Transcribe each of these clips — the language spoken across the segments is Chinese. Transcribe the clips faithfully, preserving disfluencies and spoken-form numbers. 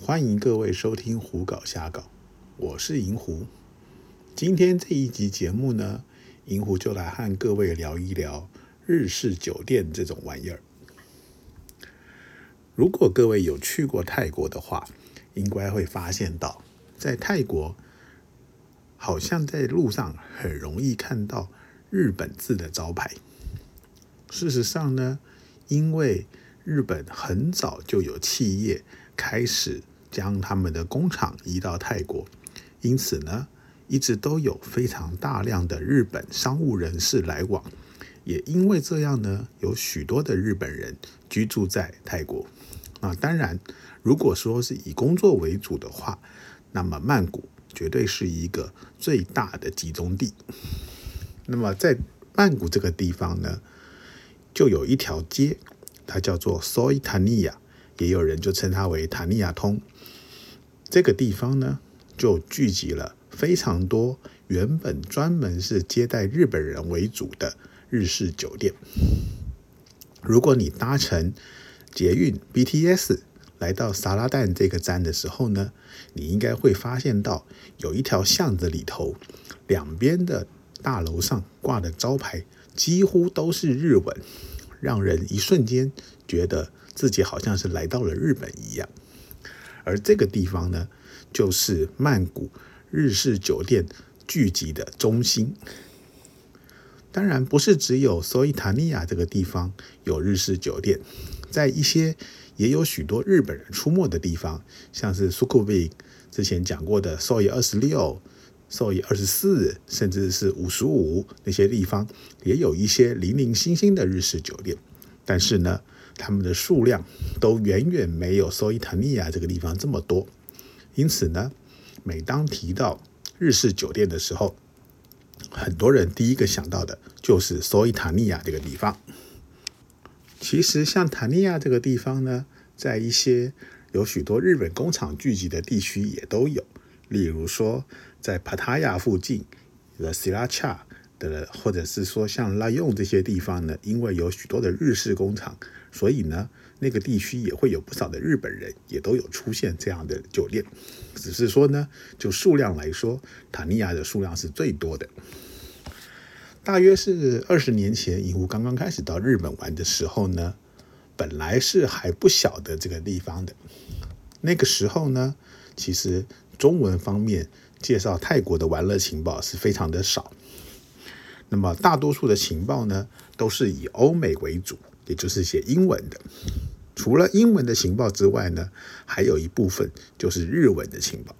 欢迎各位收听胡搞瞎搞，我是银狐。今天这一集节目呢，银狐就来和各位聊一聊日式酒店这种玩意儿。如果各位有去过泰国的话，应该会发现到，在泰国好像在路上很容易看到日本字的招牌。事实上呢，因为日本很早就有企业开始将他们的工厂移到泰国，因此呢，一直都有非常大量的日本商务人士来往。也因为这样呢，有许多的日本人居住在泰国。啊，当然，如果说是以工作为主的话，那么曼谷绝对是一个最大的集中地。那么在曼谷这个地方呢，就有一条街，它叫做 Soi Thania， 也有人就称它为塔尼亚通。这个地方呢，就聚集了非常多原本专门是接待日本人为主的日式酒店。如果你搭乘捷运 B T S 来到萨拉旦这个站的时候呢，你应该会发现到有一条巷子里头，两边的大楼上挂的招牌几乎都是日文，让人一瞬间觉得自己好像是来到了日本一样。而这个地方呢，就是曼谷日式酒店聚集的中心。当然不是只有Soi Thania这个地方有日式酒店，在一些也有许多日本人出没的地方，像是 Sukhumvit 之前讲过的 Soi 二十六、Soi 二十四，甚至是五十五那些地方，也有一些零零星星的日式酒店。但是呢，他们的数量都远远没有Soi Thania这个地方这么多。因此呢，每当提到日式酒店的时候，很多人第一个想到的就是Soi Thania这个地方。其实像塔尼亚这个地方呢，在一些有许多日本工厂聚集的地区也都有。例如说在帕塔亚附近的 Silacha 的，或者是说像拉用这些地方呢，因为有许多的日式工厂，所以呢那个地区也会有不少的日本人也都有出现这样的酒店。只是说呢，就数量来说，塔尼亚的数量是最多的。大约是二十年前，银狐刚刚开始到日本玩的时候呢，本来是还不晓得这个地方的。那个时候呢，其实中文方面介绍泰国的玩乐情报是非常的少。那么大多数的情报呢，都是以欧美为主，也就是写英文的。除了英文的情报之外呢，还有一部分就是日文的情报。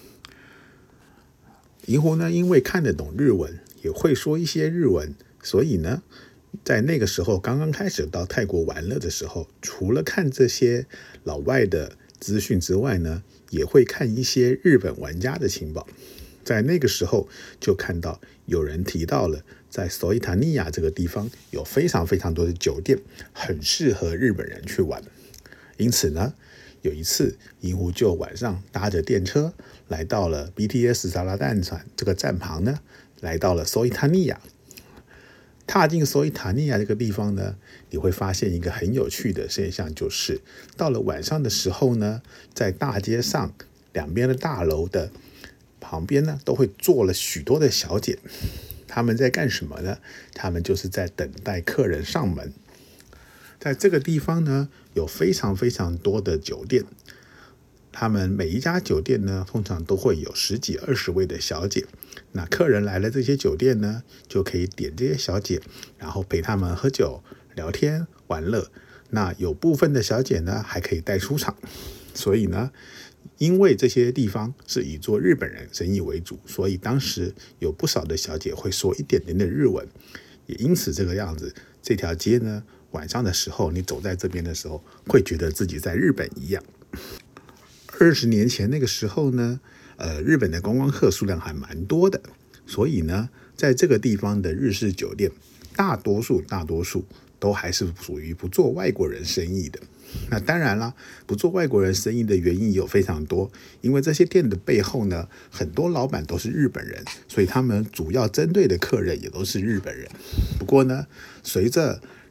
银狐呢，因为看得懂日文，也会说一些日文，所以呢，在那个时候刚刚开始到泰国玩乐的时候，除了看这些老外的资讯之外呢，也会看一些日本玩家的情报。在那个时候就看到有人提到了，在Soi Thania这个地方有非常非常多的酒店，很适合日本人去玩。因此呢，有一次银狐就晚上搭着电车来到了 B T S 萨拉旦站这个站旁呢，来到了Soi Thania。踏进Soi Thania这个地方呢，你会发现一个很有趣的现象，就是到了晚上的时候呢，在大街上两边的大楼的旁边呢，都会坐了许多的小姐。他们在干什么呢？他们就是在等待客人上门。在这个地方呢，有非常非常多的酒店。他们每一家酒店呢，通常都会有十几二十位的小姐。那客人来了这些酒店呢，就可以点这些小姐，然后陪他们喝酒、聊天、玩乐。那有部分的小姐呢，还可以带出场。所以呢，因为这些地方是以做日本人生意为主，所以当时有不少的小姐会说一点点的日文。也因此这个样子，这条街呢，晚上的时候你走在这边的时候，会觉得自己在日本一样。二十年前那个时候呢，呃，日本的观光客数量还蛮多的，所以呢，在这个地方的日式酒店，大多数大多数都还是属于不做外国人生意的。那当然啦，不做外国人生意的原因有非常多，因为这些店的背后呢，很多老板都是日本人，所以他们主要针对的客人也都是日本人。不过呢，随着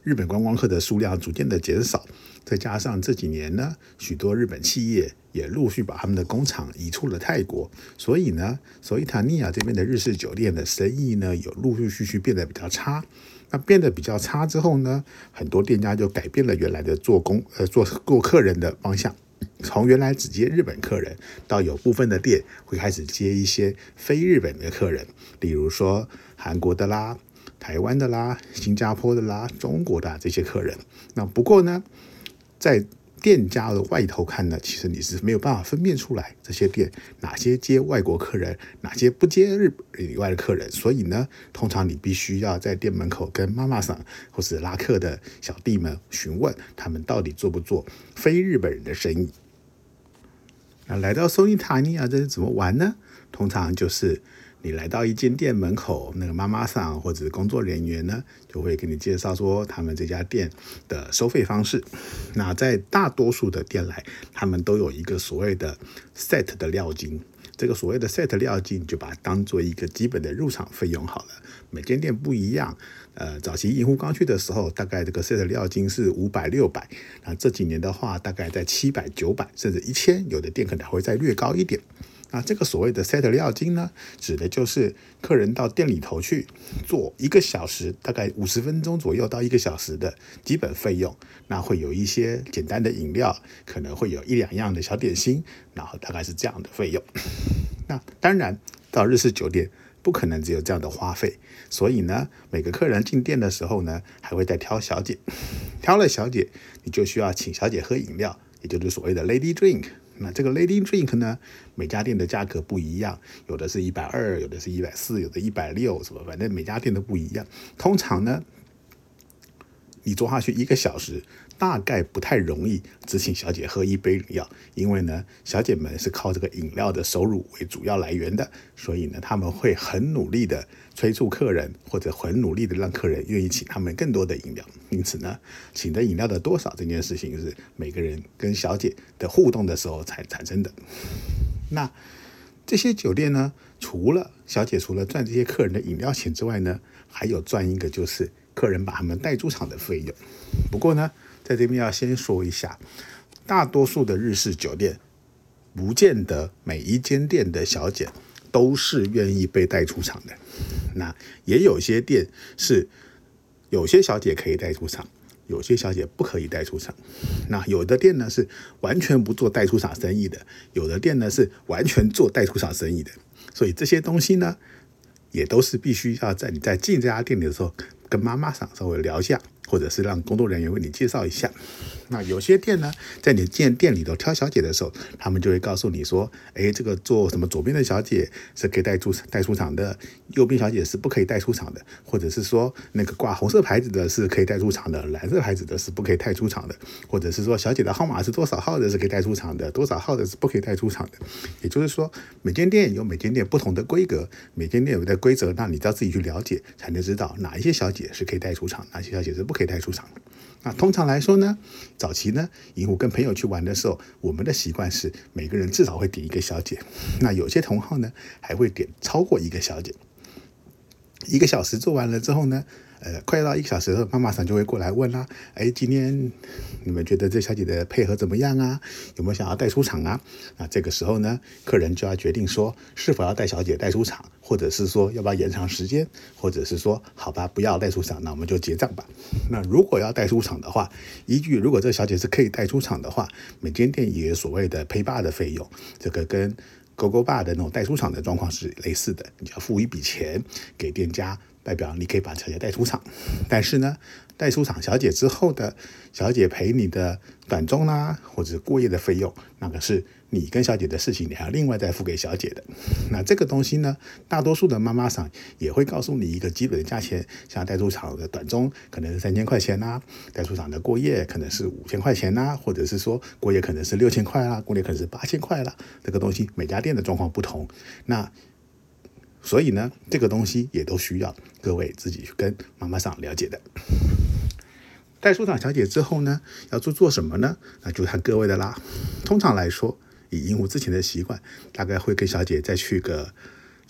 日本观光客的数量逐渐的减少，再加上这几年呢，许多日本企业也陆续把他们的工厂移出了泰国，所以呢，索伊塔尼亚这边的日式酒店的生意呢，有陆陆续续变得比较差。那变得比较差之后呢，很多店家就改变了原来的做工呃做做客人的方向，从原来只接日本客人，到有部分的店会开始接一些非日本的客人，例如说韩国的啦、台湾的啦、新加坡的啦、中国的、啊、这些客人。那不过呢，在店家的外头看呢，其实你是没有办法分辨出来这些店哪些接外国客人，哪些不接日本以外的客人。所以呢，通常你必须要在店门口跟妈妈桑或是拉客的小弟们询问，他们到底做不做非日本人的生意。那来到索伊塔尼亚这是怎么玩呢？通常就是你来到一间店门口，那个妈妈桑或者工作人员呢，就会给你介绍说他们这家店的收费方式。那在大多数的店来，他们都有一个所谓的 set 的料金。这个所谓的 set 料金，你就把它当做一个基本的入场费用好了。每间店不一样。呃，早期银湖刚去的时候，大概这个 set 料金是五百、六百。那这几年的话，大概在七百、九百，甚至一千，有的店可能还会再略高一点。那这个所谓的 set 料金呢，指的就是客人到店里头去做一个小时，大概五十分钟左右到一个小时的基本费用。那会有一些简单的饮料，可能会有一两样的小点心，然后大概是这样的费用。那当然，到日式酒店不可能只有这样的花费，所以呢，每个客人进店的时候呢，还会再挑小姐，挑了小姐，你就需要请小姐喝饮料，也就是所谓的 lady drink。那这个 lady drink 呢，每家店的价格不一样，有的是一百二，有的是一百四，有的一百六，什么反正每家店都不一样。通常呢，你坐下去一个小时，大概不太容易只请小姐喝一杯饮料，因为呢，小姐们是靠这个饮料的收入为主要来源的，所以呢，他们会很努力的催促客人，或者很努力的让客人愿意请他们更多的饮料。因此呢，请的饮料的多少这件事情是每个人跟小姐的互动的时候才产生的。那这些酒店呢，除了小姐除了赚这些客人的饮料钱之外呢，还有赚一个就是客人把他们带出场的费用。不过呢，在这边要先说一下，大多数的日式酒店不见得每一间店的小姐都是愿意被带出场的。那也有些店是有些小姐可以带出场，有些小姐不可以带出场。那有的店呢是完全不做带出场生意的，有的店呢是完全做带出场生意的。所以这些东西呢，也都是必须要在你在进这家店里的时候跟妈妈桑稍微聊一下，或者是让工作人员为你介绍一下。那有些店呢，在你进店里头挑小姐的时候，他们就会告诉你说，哎，这个做什么左边的小姐是可以带出带出场的，右边小姐是不可以带出场的，或者是说那个挂红色牌子的是可以带出场的，蓝色牌子的是不可以带出场的，或者是说小姐的号码是多少号的是可以带出场的，多少号的是不可以带出场的。也就是说，每间店有每间店不同的规格，每间店有的规则，那你都要自己去了解，才能知道哪一些小姐是可以带出场，哪些小姐是不可以带出场的。那通常来说呢，早期呢，银湖跟朋友去玩的时候，我们的习惯是每个人至少会点一个小姐。那有些同好呢，还会点超过一个小姐。一个小时做完了之后呢，呃，快到一个小时的时候，妈妈桑就会过来问啦，哎，今天你们觉得这小姐的配合怎么样啊？有没有想要带出场啊？那这个时候呢，客人就要决定说，是否要带小姐带出场，或者是说要不要延长时间，或者是说好吧，不要带出场，那我们就结账吧。那如果要带出场的话，依据如果这个小姐是可以带出场的话，每间店也有所谓的陪爸的费用，这个跟勾勾爸的那种带出场的状况是类似的，你就要付一笔钱给店家，代表你可以把小姐带出场。但是呢，带出场小姐之后的小姐陪你的短中啦，或者是过夜的费用，那个是你跟小姐的事情，你还要另外再付给小姐的。那这个东西呢，大多数的妈妈桑也会告诉你一个基本的价钱，像带出场的短中可能是三千块钱啦、啊，带出场的过夜可能是五千块钱啦、啊，或者是说过夜可能是六千块啦，过夜可能是八千块啦。这个东西每家店的状况不同，那所以呢，这个东西也都需要各位自己去跟妈妈桑了解的。带出场小姐之后呢，要做做什么呢？那就看各位的啦。通常来说，以银湖之前的习惯，大概会跟小姐再去个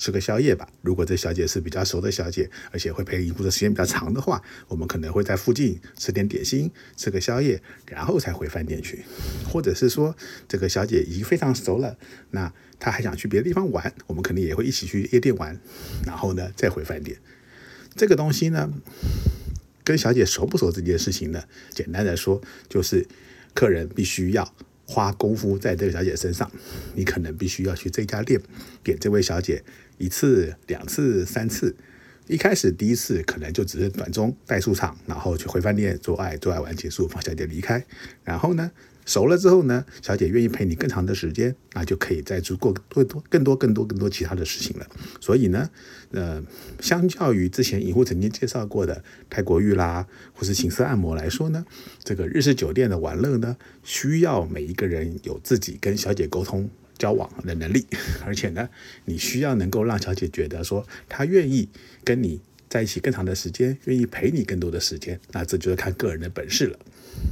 吃个宵夜吧。如果这小姐是比较熟的小姐，而且会陪银狐的时间比较长的话，我们可能会在附近吃点点心，吃个宵夜，然后才回饭店去。或者是说这个小姐已经非常熟了，那她还想去别的地方玩，我们可能也会一起去夜店玩，然后呢再回饭店。这个东西呢，跟小姐熟不熟这件事情呢，简单的说就是客人必须要花功夫在这个小姐身上，你可能必须要去这家店点这位小姐一次、两次、三次。一开始第一次可能就只是短中带出场，然后去回饭店做爱，做爱完结束，放小姐离开。然后呢，熟了之后呢，小姐愿意陪你更长的时间，那就可以再做更多、更多、更多、更多其他的事情了。所以呢，呃，相较于之前银狐曾经介绍过的泰国浴啦，或是情色按摩来说呢，这个日式酒店的玩乐呢，需要每一个人有自己跟小姐沟通交往的能力，而且呢，你需要能够让小姐觉得说她愿意跟你在一起更长的时间，愿意陪你更多的时间，那这就是看个人的本事了。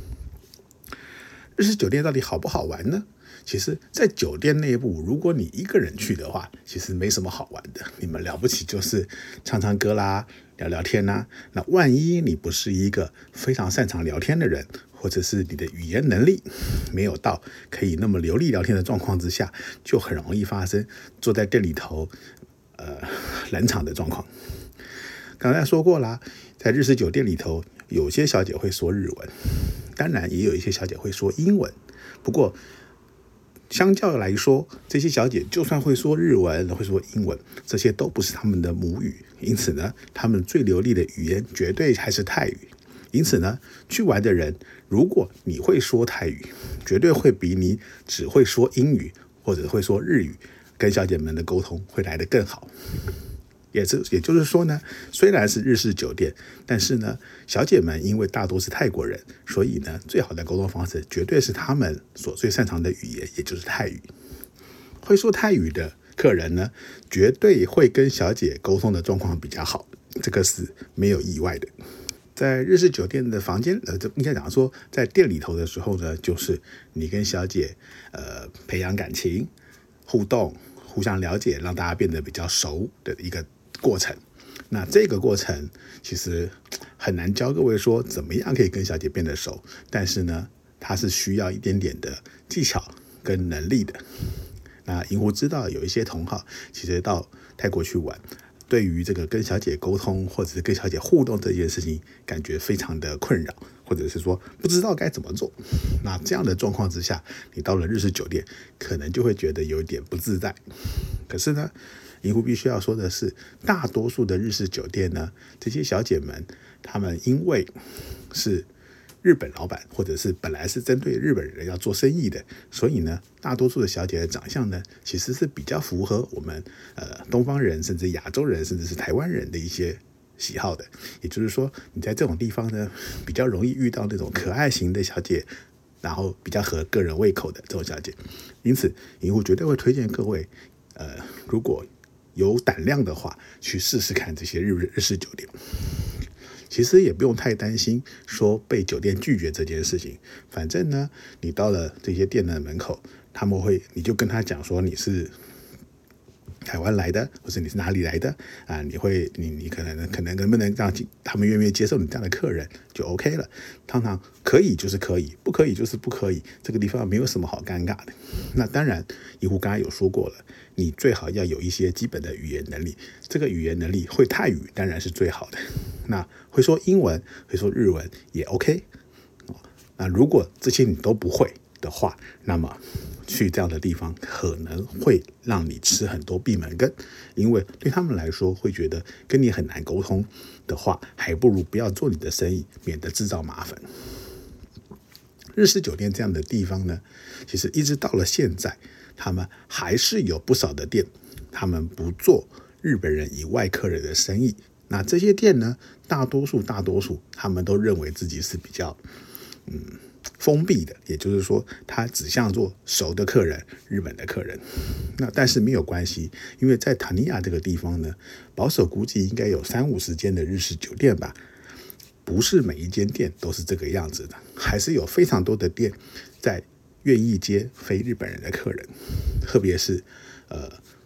日式酒店到底好不好玩呢？其实在酒店内部，如果你一个人去的话，其实没什么好玩的，你们了不起就是唱唱歌啦，聊聊天啦。那万一你不是一个非常擅长聊天的人，或者是你的语言能力没有到可以那么流利聊天的状况之下，就很容易发生坐在店里头呃冷场的状况。刚才说过啦，在日式酒店里头，有些小姐会说日文，当然也有一些小姐会说英文。不过相较来说，这些小姐就算会说日文，会说英文，这些都不是她们的母语，因此呢，她们最流利的语言绝对还是泰语。因此呢，去玩的人，如果你会说泰语，绝对会比你只会说英语或者会说日语跟小姐们的沟通会来得更好。也是，也就是说呢，虽然是日式酒店，但是呢，小姐们因为大多是泰国人，所以呢，最好的沟通方式绝对是他们所最擅长的语言，也就是泰语。会说泰语的客人呢，绝对会跟小姐沟通的状况比较好，这个是没有意外的。在日式酒店的房间，呃，应该讲说，在店里头的时候呢，就是你跟小姐呃培养感情、互动、互相了解，让大家变得比较熟的一个过程。那这个过程其实很难教各位说怎么样可以跟小姐变得熟，但是呢，它是需要一点点的技巧跟能力的。那银狐知道有一些同好其实到泰国去玩，对于这个跟小姐沟通或者是跟小姐互动这件事情，感觉非常的困扰，或者是说不知道该怎么做。那这样的状况之下，你到了日式酒店，可能就会觉得有点不自在。可是呢，银狐必须要说的是，大多数的日式酒店呢，这些小姐们，她们因为是日本老板，或者是本来是针对日本人要做生意的，所以呢，大多数的小姐的长相呢，其实是比较符合我们呃东方人，甚至亚洲人，甚至是台湾人的一些喜好的。也就是说，你在这种地方呢，比较容易遇到那种可爱型的小姐，然后比较合个人胃口的这种小姐。因此，银狐绝对会推荐各位，呃，如果有胆量的话，去试试看这些日日式酒店。其实也不用太担心说被酒店拒绝这件事情，反正呢，你到了这些店的门口，他们会，你就跟他讲说你是台湾来的，或是你是哪里来的啊？你会，你你可能可能能不能让他们愿不愿意接受你这样的客人就 OK 了。通常可以就是可以，不可以就是不可以，这个地方没有什么好尴尬的。那当然，银狐刚才有说过了，你最好要有一些基本的语言能力，这个语言能力会泰语当然是最好的。那会说英文、会说日文也 OK。那如果这些你都不会的话，那么去这样的地方可能会让你吃很多闭门羹，因为对他们来说会觉得跟你很难沟通的话，还不如不要做你的生意，免得制造麻烦。日式酒店这样的地方呢，其实一直到了现在，他们还是有不少的店，他们不做日本人以外客人的生意。那这些店呢，大多数大多数他们都认为自己是比较嗯封闭的，也就是说他只想做熟的客人，日本的客人。那但是没有关系，因为在塔尼亚这个地方呢，保守估计应该有三五十间的日式酒店吧，不是每一间店都是这个样子的，还是有非常多的店在愿意接非日本人的客人，特别是呃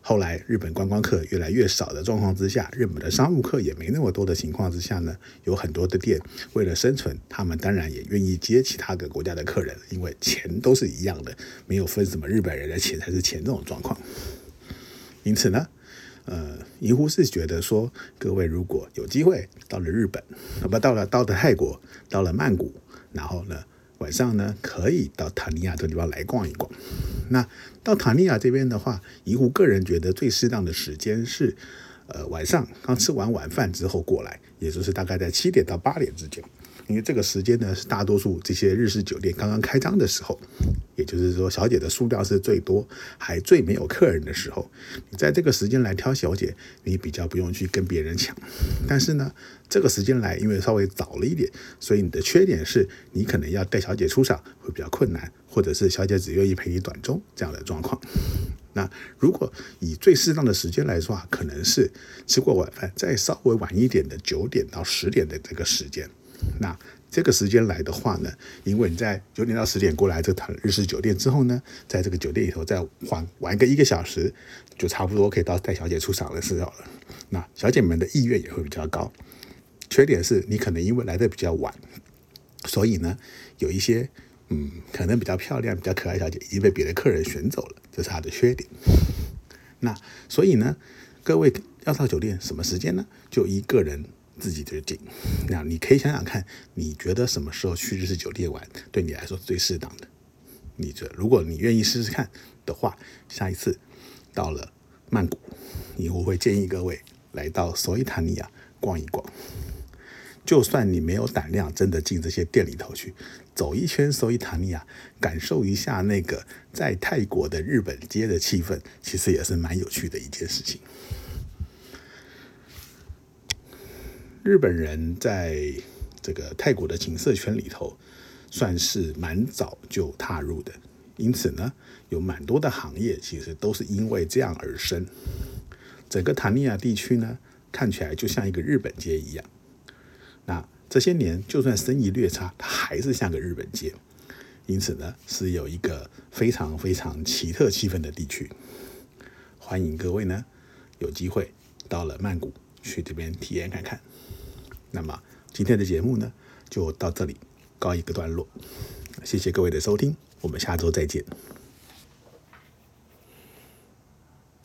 后来日本观光客越来越少的状况之下，日本的商务客也没那么多的情况之下呢，有很多的店为了生存，他们当然也愿意接其他个国家的客人，因为钱都是一样的，没有分什么日本人的钱才是钱这种状况。因此呢，呃，银狐是觉得说，各位如果有机会到了日本，不到了到了泰国，到了曼谷，然后呢晚上呢可以到塔尼亚这个地方来逛一逛。那到塔尼亚这边的话，银狐个人觉得最适当的时间是，呃，晚上刚吃完晚饭之后过来，也就是大概在七点到八点之间。因为这个时间呢是大多数这些日式酒店刚刚开张的时候，也就是说小姐的数量是最多，还最没有客人的时候。你在这个时间来挑小姐，你比较不用去跟别人抢。但是呢，这个时间来因为稍微早了一点，所以你的缺点是你可能要带小姐出场会比较困难，或者是小姐只愿意陪你短中这样的状况。那如果以最适当的时间来说啊，可能是吃过晚饭再稍微晚一点的九点到十点的这个时间。那这个时间来的话呢，因为你在九点到十点过来这个日式酒店之后呢，在这个酒店里头再玩玩个一个小时，就差不多可以到带小姐出场的时候了。那小姐们的意愿也会比较高。缺点是你可能因为来的比较晚，所以呢，有一些嗯可能比较漂亮、比较可爱小姐已经被别的客人选走了，这是她的缺点。那所以呢，各位要到酒店什么时间呢？就依个人自己决定。那你可以想想看，你觉得什么时候去日式酒店玩对你来说最适当的？你这如果你愿意试试看的话，下一次到了曼谷，你我会建议各位来到索伊塔尼亚逛一逛。就算你没有胆量真的进这些店里头去走一圈索伊塔尼亚，感受一下那个在泰国的日本街的气氛，其实也是蛮有趣的一件事情。日本人在这个泰国的情色圈里头算是蛮早就踏入的，因此呢，有蛮多的行业其实都是因为这样而生。整个塔尼亚地区呢，看起来就像一个日本街一样。那这些年就算生意略差，它还是像个日本街，因此呢，是有一个非常非常奇特气氛的地区。欢迎各位呢有机会到了曼谷去这边体验看看。那么今天的节目呢就到这里告一个段落，谢谢各位的收听，我们下周再见。